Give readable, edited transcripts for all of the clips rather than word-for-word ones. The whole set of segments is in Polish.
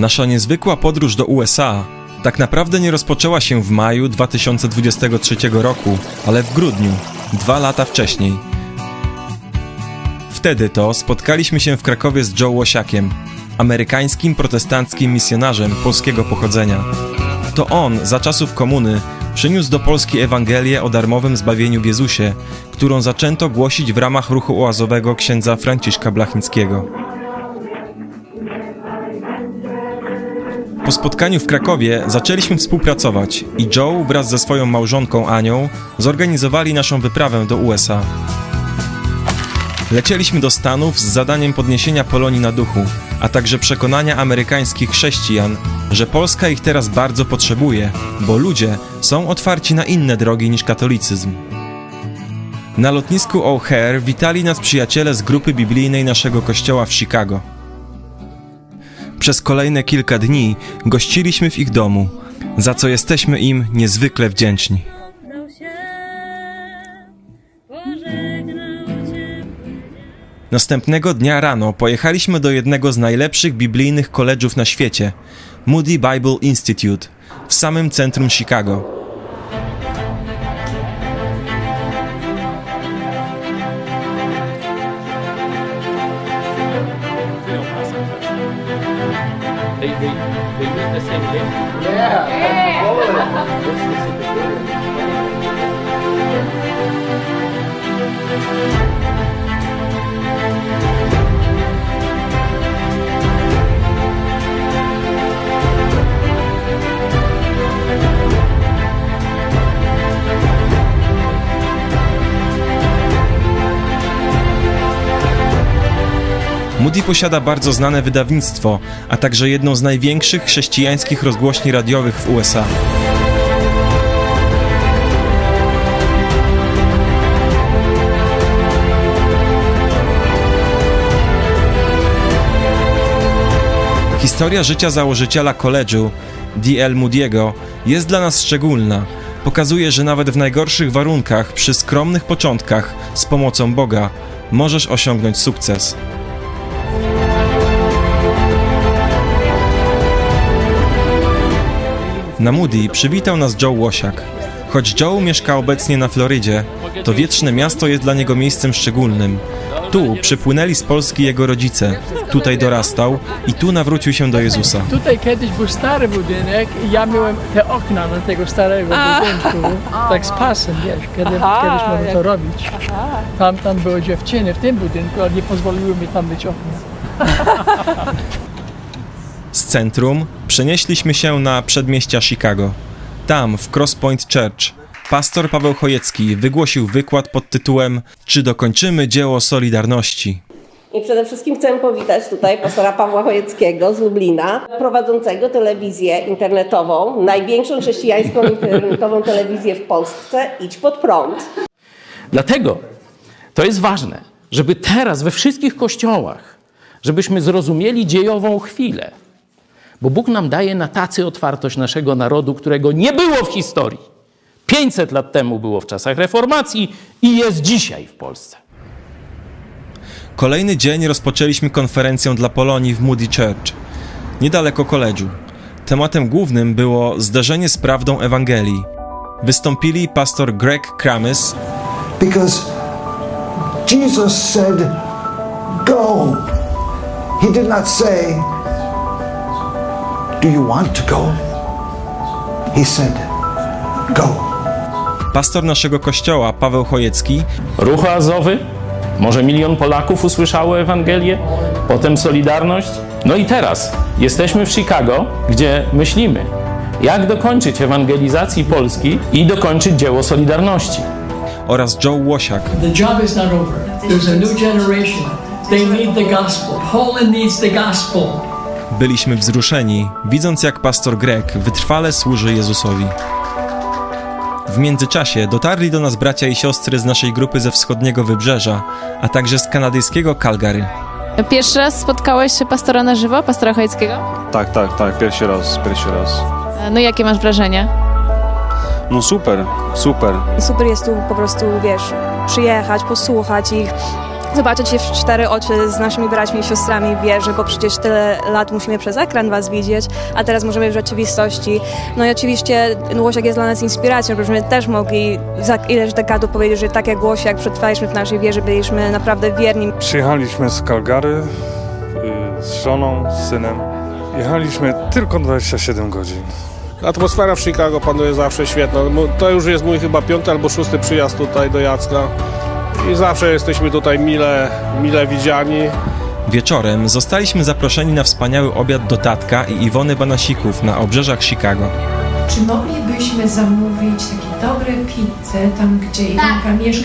Nasza niezwykła podróż do USA tak naprawdę nie rozpoczęła się w maju 2023 roku, ale w grudniu, 2 lata wcześniej. Wtedy to spotkaliśmy się w Krakowie z Joe Łosiakiem, amerykańskim protestanckim misjonarzem polskiego pochodzenia. To on za czasów komuny przyniósł do Polski Ewangelię o darmowym zbawieniu w Jezusie, którą zaczęto głosić w ramach ruchu oazowego księdza Franciszka Blachnickiego. Po spotkaniu w Krakowie zaczęliśmy współpracować i Joe wraz ze swoją małżonką Anią zorganizowali naszą wyprawę do USA. Lecieliśmy do Stanów z zadaniem podniesienia Polonii na duchu, a także przekonania amerykańskich chrześcijan, że Polska ich teraz bardzo potrzebuje, bo ludzie są otwarci na inne drogi niż katolicyzm. Na lotnisku O'Hare witali nas przyjaciele z grupy biblijnej naszego kościoła w Chicago. Przez kolejne kilka dni gościliśmy w ich domu, za co jesteśmy im niezwykle wdzięczni. Następnego dnia rano pojechaliśmy do jednego z najlepszych biblijnych college'ów na świecie, Moody Bible Institute, w samym centrum Chicago. Moody posiada bardzo znane wydawnictwo, a także jedną z największych chrześcijańskich rozgłośni radiowych w USA. Historia życia założyciela college'u, D.L. Moody'ego, jest dla nas szczególna. Pokazuje, że nawet w najgorszych warunkach, przy skromnych początkach, z pomocą Boga, możesz osiągnąć sukces. Na Moody przywitał nas Joe Łosiak. Choć Joe mieszka obecnie na Florydzie, to Wietrzne Miasto jest dla niego miejscem szczególnym. Tu przypłynęli z Polski jego rodzice, tutaj dorastał i tu nawrócił się do Jezusa. Tutaj kiedyś był stary budynek i ja miałem te okna na tego starego budynku, tak z pasem, wiesz, kiedyś można to robić. Tam były dziewczyny w tym budynku, ale nie pozwoliły mi tam być okna. Z centrum przenieśliśmy się na przedmieścia Chicago. Tam, w Cross Point Church, pastor Paweł Chojecki wygłosił wykład pod tytułem „Czy dokończymy dzieło Solidarności?” I przede wszystkim chcę powitać tutaj pastora Pawła Chojeckiego z Lublina, prowadzącego telewizję internetową, największą chrześcijańską internetową telewizję w Polsce, Idź Pod Prąd. Dlatego to jest ważne, żeby teraz we wszystkich kościołach, żebyśmy zrozumieli dziejową chwilę. Bo Bóg nam daje na tacy otwartość naszego narodu, którego nie było w historii. 500 lat temu było w czasach reformacji i jest dzisiaj w Polsce. Kolejny dzień rozpoczęliśmy konferencją dla Polonii w Moody Church, niedaleko college'u. Tematem głównym było zderzenie z prawdą Ewangelii. Wystąpili pastor Greg Kramis. Because Jesus said, go. He did not say, do you want to go? He said, go. Pastor naszego kościoła, Paweł Chojecki. Ruch oazowy, może 1 milion Polaków usłyszało Ewangelię, potem Solidarność. No i teraz jesteśmy w Chicago, gdzie myślimy, jak dokończyć ewangelizacji Polski i dokończyć dzieło Solidarności. Oraz Joe Łosiak. The job is not over. There's a new generation. They need the gospel. Poland needs the gospel. Byliśmy wzruszeni, widząc jak pastor Greg wytrwale służy Jezusowi. W międzyczasie dotarli do nas bracia i siostry z naszej grupy ze wschodniego wybrzeża, a także z kanadyjskiego Calgary. Pierwszy raz spotkałeś się pastora na żywo, pastora Chojeckiego? Tak, pierwszy raz. No i jakie masz wrażenie? No super. Super jest tu po prostu, wiesz, przyjechać, posłuchać ich, zobaczyć się w 4 oczy z naszymi braćmi i siostrami w wierze, bo przecież tyle lat musimy przez ekran was widzieć, a teraz możemy w rzeczywistości. No i oczywiście Łosiak jest dla nas inspiracją, żebyśmy też mogli za ileś dekadów powiedzieć, że tak jak Łosiak przetrwaliśmy w naszej wierze, byliśmy naprawdę wierni. Przyjechaliśmy z Calgary z żoną, z synem. Jechaliśmy tylko 27 godzin. Atmosfera w Chicago panuje zawsze świetna. To już jest mój chyba 5. albo 6. przyjazd tutaj do Jacka. I zawsze jesteśmy tutaj mile widziani. Wieczorem zostaliśmy zaproszeni na wspaniały obiad do Tatka i Iwony Banasików na obrzeżach Chicago. Czy moglibyśmy zamówić takie dobre pizze tam, gdzie Iwonka mieszka?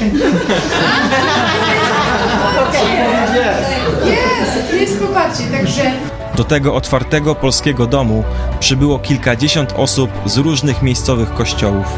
Jest, chłopaki, także... Do tego otwartego polskiego domu przybyło kilkadziesiąt osób z różnych miejscowych kościołów.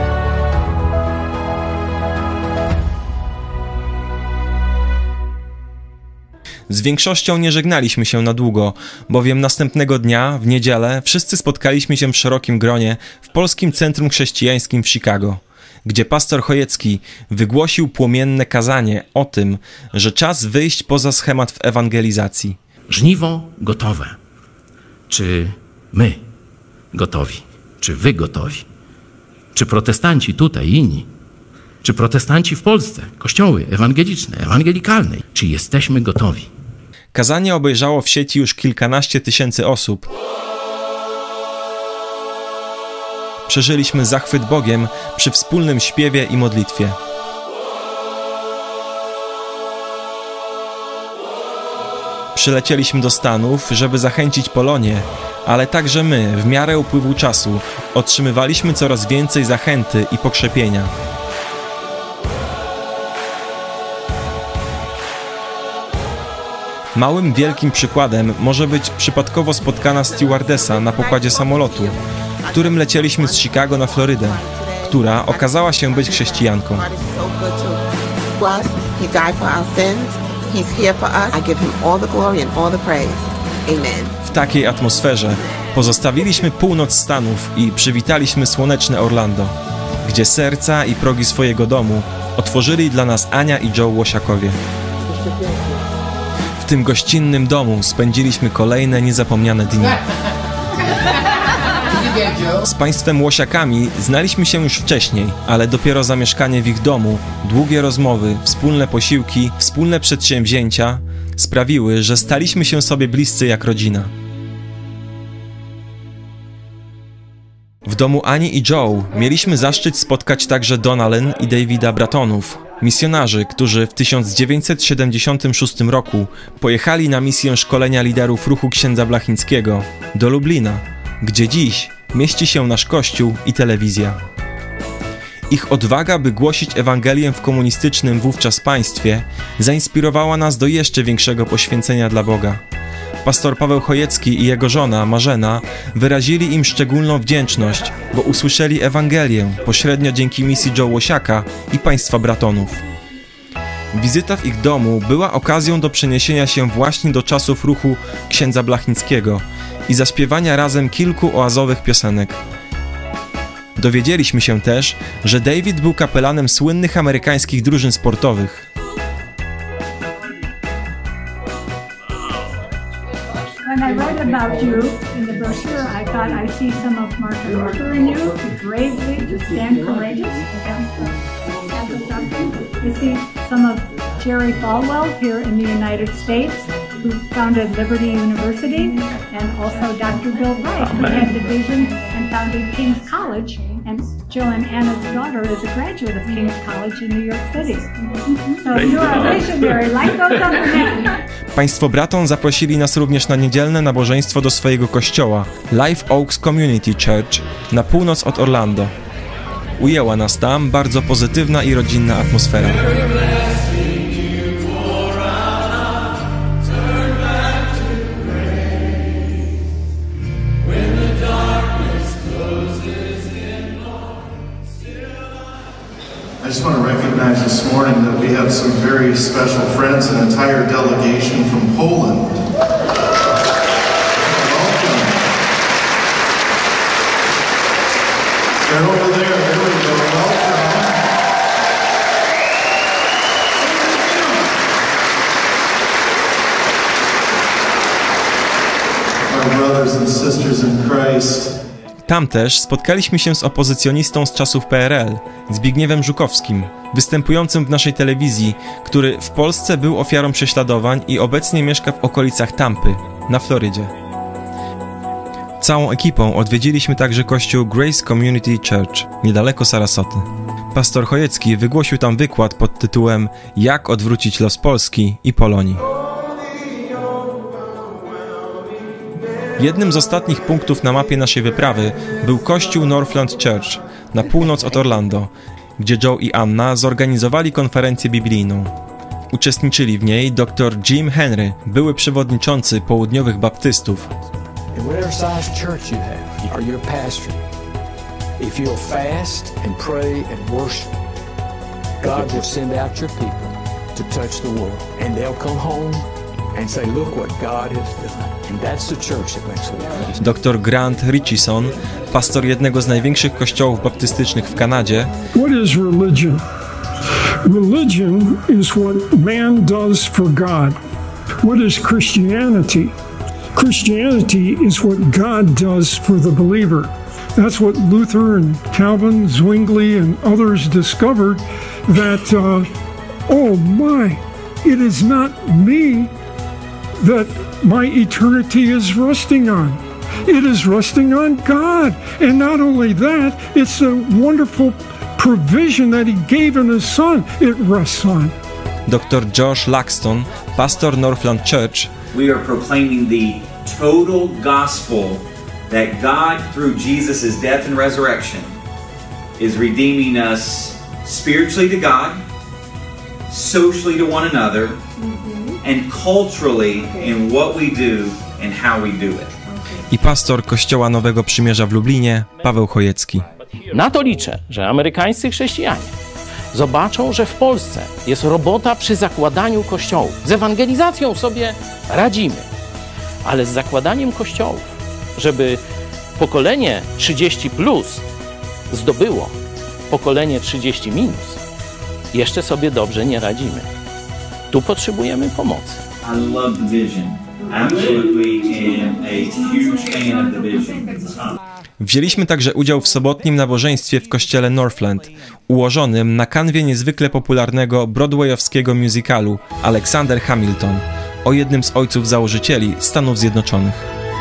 Z większością nie żegnaliśmy się na długo, bowiem następnego dnia, w niedzielę, wszyscy spotkaliśmy się w szerokim gronie w Polskim Centrum Chrześcijańskim w Chicago, gdzie pastor Chojecki wygłosił płomienne kazanie o tym, że czas wyjść poza schemat w ewangelizacji. Żniwo gotowe. Czy my gotowi? Czy wy gotowi? Czy protestanci tutaj, inni? Czy protestanci w Polsce, kościoły ewangeliczne, ewangelikalne? Czy jesteśmy gotowi? Kazanie obejrzało w sieci już kilkanaście tysięcy osób. Przeżyliśmy zachwyt Bogiem przy wspólnym śpiewie i modlitwie. Przylecieliśmy do Stanów, żeby zachęcić Polonię, ale także my, w miarę upływu czasu, otrzymywaliśmy coraz więcej zachęty i pokrzepienia. Małym, wielkim przykładem może być przypadkowo spotkana stewardesa na pokładzie samolotu, którym lecieliśmy z Chicago na Florydę, która okazała się być chrześcijanką. W takiej atmosferze pozostawiliśmy północ Stanów i przywitaliśmy słoneczne Orlando, gdzie serca i progi swojego domu otworzyli dla nas Ania i Joe Łosiakowie. W tym gościnnym domu spędziliśmy kolejne niezapomniane dni. Z państwem Łosiakami znaliśmy się już wcześniej, ale dopiero zamieszkanie w ich domu, długie rozmowy, wspólne posiłki, wspólne przedsięwzięcia sprawiły, że staliśmy się sobie bliscy jak rodzina. W domu Ani i Joe mieliśmy zaszczyt spotkać także Donna Lynn i Davida Bratonów, misjonarzy, którzy w 1976 roku pojechali na misję szkolenia liderów ruchu księdza Blachińskiego do Lublina, gdzie dziś mieści się nasz kościół i telewizja. Ich odwaga, by głosić Ewangelię w komunistycznym wówczas państwie, zainspirowała nas do jeszcze większego poświęcenia dla Boga. Pastor Paweł Chojecki i jego żona Marzena wyrazili im szczególną wdzięczność, bo usłyszeli Ewangelię pośrednio dzięki misji Joe Łosiaka i państwa Bratonów. Wizyta w ich domu była okazją do przeniesienia się właśnie do czasów ruchu księdza Blachińskiego i zaśpiewania razem kilku oazowych piosenek. Dowiedzieliśmy się też, że David był kapelanem słynnych amerykańskich drużyn sportowych. When I read about you in the brochure, I thought I see some of Martin Luther in you, bravely to stand courageous against the Catholic doctrine. I see some of Jerry Falwell here in the United States, who founded Liberty University, and also Dr. Bill Wright, who had the vision and founded King's College, and Jill and Anna's daughter is a graduate of King's College in New York City. So you are a visionary, like those other men. Państwo Braton zaprosili nas również na niedzielne nabożeństwo do swojego kościoła, Live Oaks Community Church, na północ od Orlando. Ujęła nas tam bardzo pozytywna i rodzinna atmosfera. I just want to recognize this morning that we have some very special friends, an entire delegation from Poland. Welcome. They're over there. There we go. Welcome. brothers and sisters in Christ. Tam też spotkaliśmy się z opozycjonistą z czasów PRL, Zbigniewem Żukowskim, występującym w naszej telewizji, który w Polsce był ofiarą prześladowań i obecnie mieszka w okolicach Tampy, na Florydzie. Całą ekipą odwiedziliśmy także kościół Grace Community Church, niedaleko Sarasoty. Pastor Chojecki wygłosił tam wykład pod tytułem „Jak odwrócić los Polski i Polonii”. Jednym z ostatnich punktów na mapie naszej wyprawy był kościół Northland Church na północ od Orlando, gdzie Joe i Anna zorganizowali konferencję biblijną. Uczestniczyli w niej dr Jim Henry, były przewodniczący południowych baptystów. Dr Grant Richardson, pastor jednego z największych kościołów baptystycznych w Kanadzie. What is religion? Religion is what man does for God. What is Christianity? Christianity is what God does for the believer. That's what Luther and Calvin, Zwingli and others discovered, that oh my, it is not me that my eternity is resting on. It is resting on God. And not only that, it's a wonderful provision that He gave in His Son. It rests on. Dr Josh Laxton, pastor Northland Church. We are proclaiming the total gospel that God, through Jesus' death and resurrection, is redeeming us spiritually to God, socially to one another, and culturally in what we do and how we do it. I pastor Kościoła Nowego Przymierza w Lublinie, Paweł Chojecki. Na to liczę, że amerykańscy chrześcijanie zobaczą, że w Polsce jest robota przy zakładaniu kościołów. Z ewangelizacją sobie radzimy, ale z zakładaniem kościołów, żeby pokolenie 30+ zdobyło pokolenie 30-, jeszcze sobie dobrze nie radzimy. Tu potrzebujemy pomocy. I love the vision. Absolutely am a huge fan of the vision. Wzięliśmy także udział w sobotnim nabożeństwie w kościele Northland, ułożonym na kanwie niezwykle popularnego broadwayowskiego musicalu Alexander Hamilton, o jednym z ojców założycieli Stanów Zjednoczonych.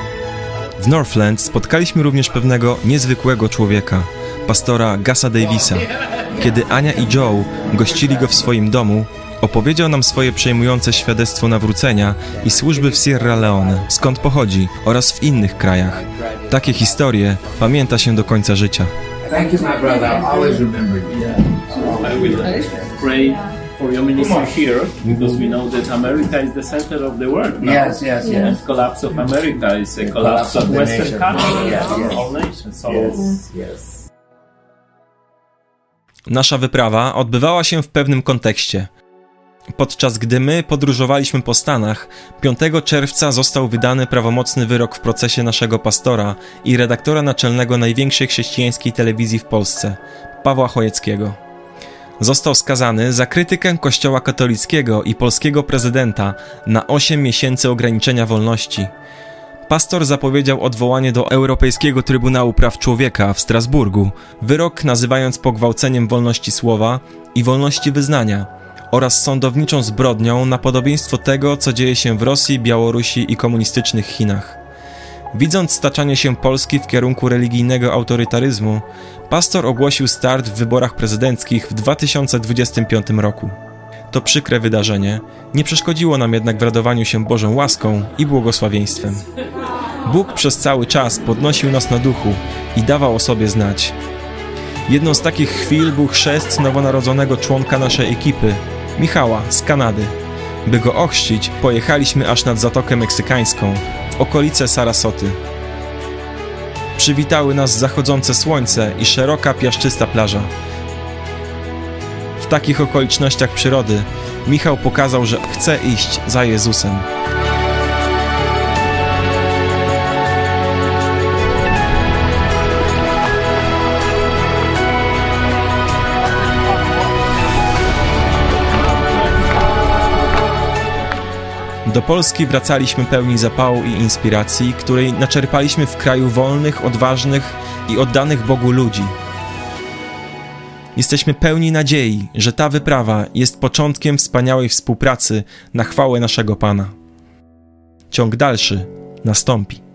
W Northland spotkaliśmy również pewnego niezwykłego człowieka, pastora Gusa Davisa. Kiedy Ania i Joe gościli go w swoim domu, opowiedział nam swoje przejmujące świadectwo nawrócenia i służby w Sierra Leone, skąd pochodzi, oraz w innych krajach. Takie historie pamięta się do końca życia. Thank you, my brother. I always remember you. I will pray for your ministry here, because we know that America is the center of the world now. Yes, yes, yes. And collapse of America is a collapse of Western culture, yes, yes. all nations. So Yes, yes. Nasza wyprawa odbywała się w pewnym kontekście. Podczas gdy my podróżowaliśmy po Stanach, 5 czerwca został wydany prawomocny wyrok w procesie naszego pastora i redaktora naczelnego największej chrześcijańskiej telewizji w Polsce, Pawła Chojeckiego. Został skazany za krytykę Kościoła katolickiego i polskiego prezydenta na 8 miesięcy ograniczenia wolności. Pastor zapowiedział odwołanie do Europejskiego Trybunału Praw Człowieka w Strasburgu, wyrok nazywając pogwałceniem wolności słowa i wolności wyznania oraz sądowniczą zbrodnią na podobieństwo tego, co dzieje się w Rosji, Białorusi i komunistycznych Chinach. Widząc staczanie się Polski w kierunku religijnego autorytaryzmu, pastor ogłosił start w wyborach prezydenckich w 2025 roku. To przykre wydarzenie nie przeszkodziło nam jednak w radowaniu się Bożą łaską i błogosławieństwem. Bóg przez cały czas podnosił nas na duchu i dawał o sobie znać. Jedną z takich chwil był chrzest nowonarodzonego członka naszej ekipy, Michała z Kanady. By go ochrzcić, pojechaliśmy aż nad Zatokę Meksykańską, w okolice Sarasoty. Przywitały nas zachodzące słońce i szeroka, piaszczysta plaża. W takich okolicznościach przyrody Michał pokazał, że chce iść za Jezusem. Do Polski wracaliśmy pełni zapału i inspiracji, której naczerpaliśmy w kraju wolnych, odważnych i oddanych Bogu ludzi. Jesteśmy pełni nadziei, że ta wyprawa jest początkiem wspaniałej współpracy na chwałę naszego Pana. Ciąg dalszy nastąpi.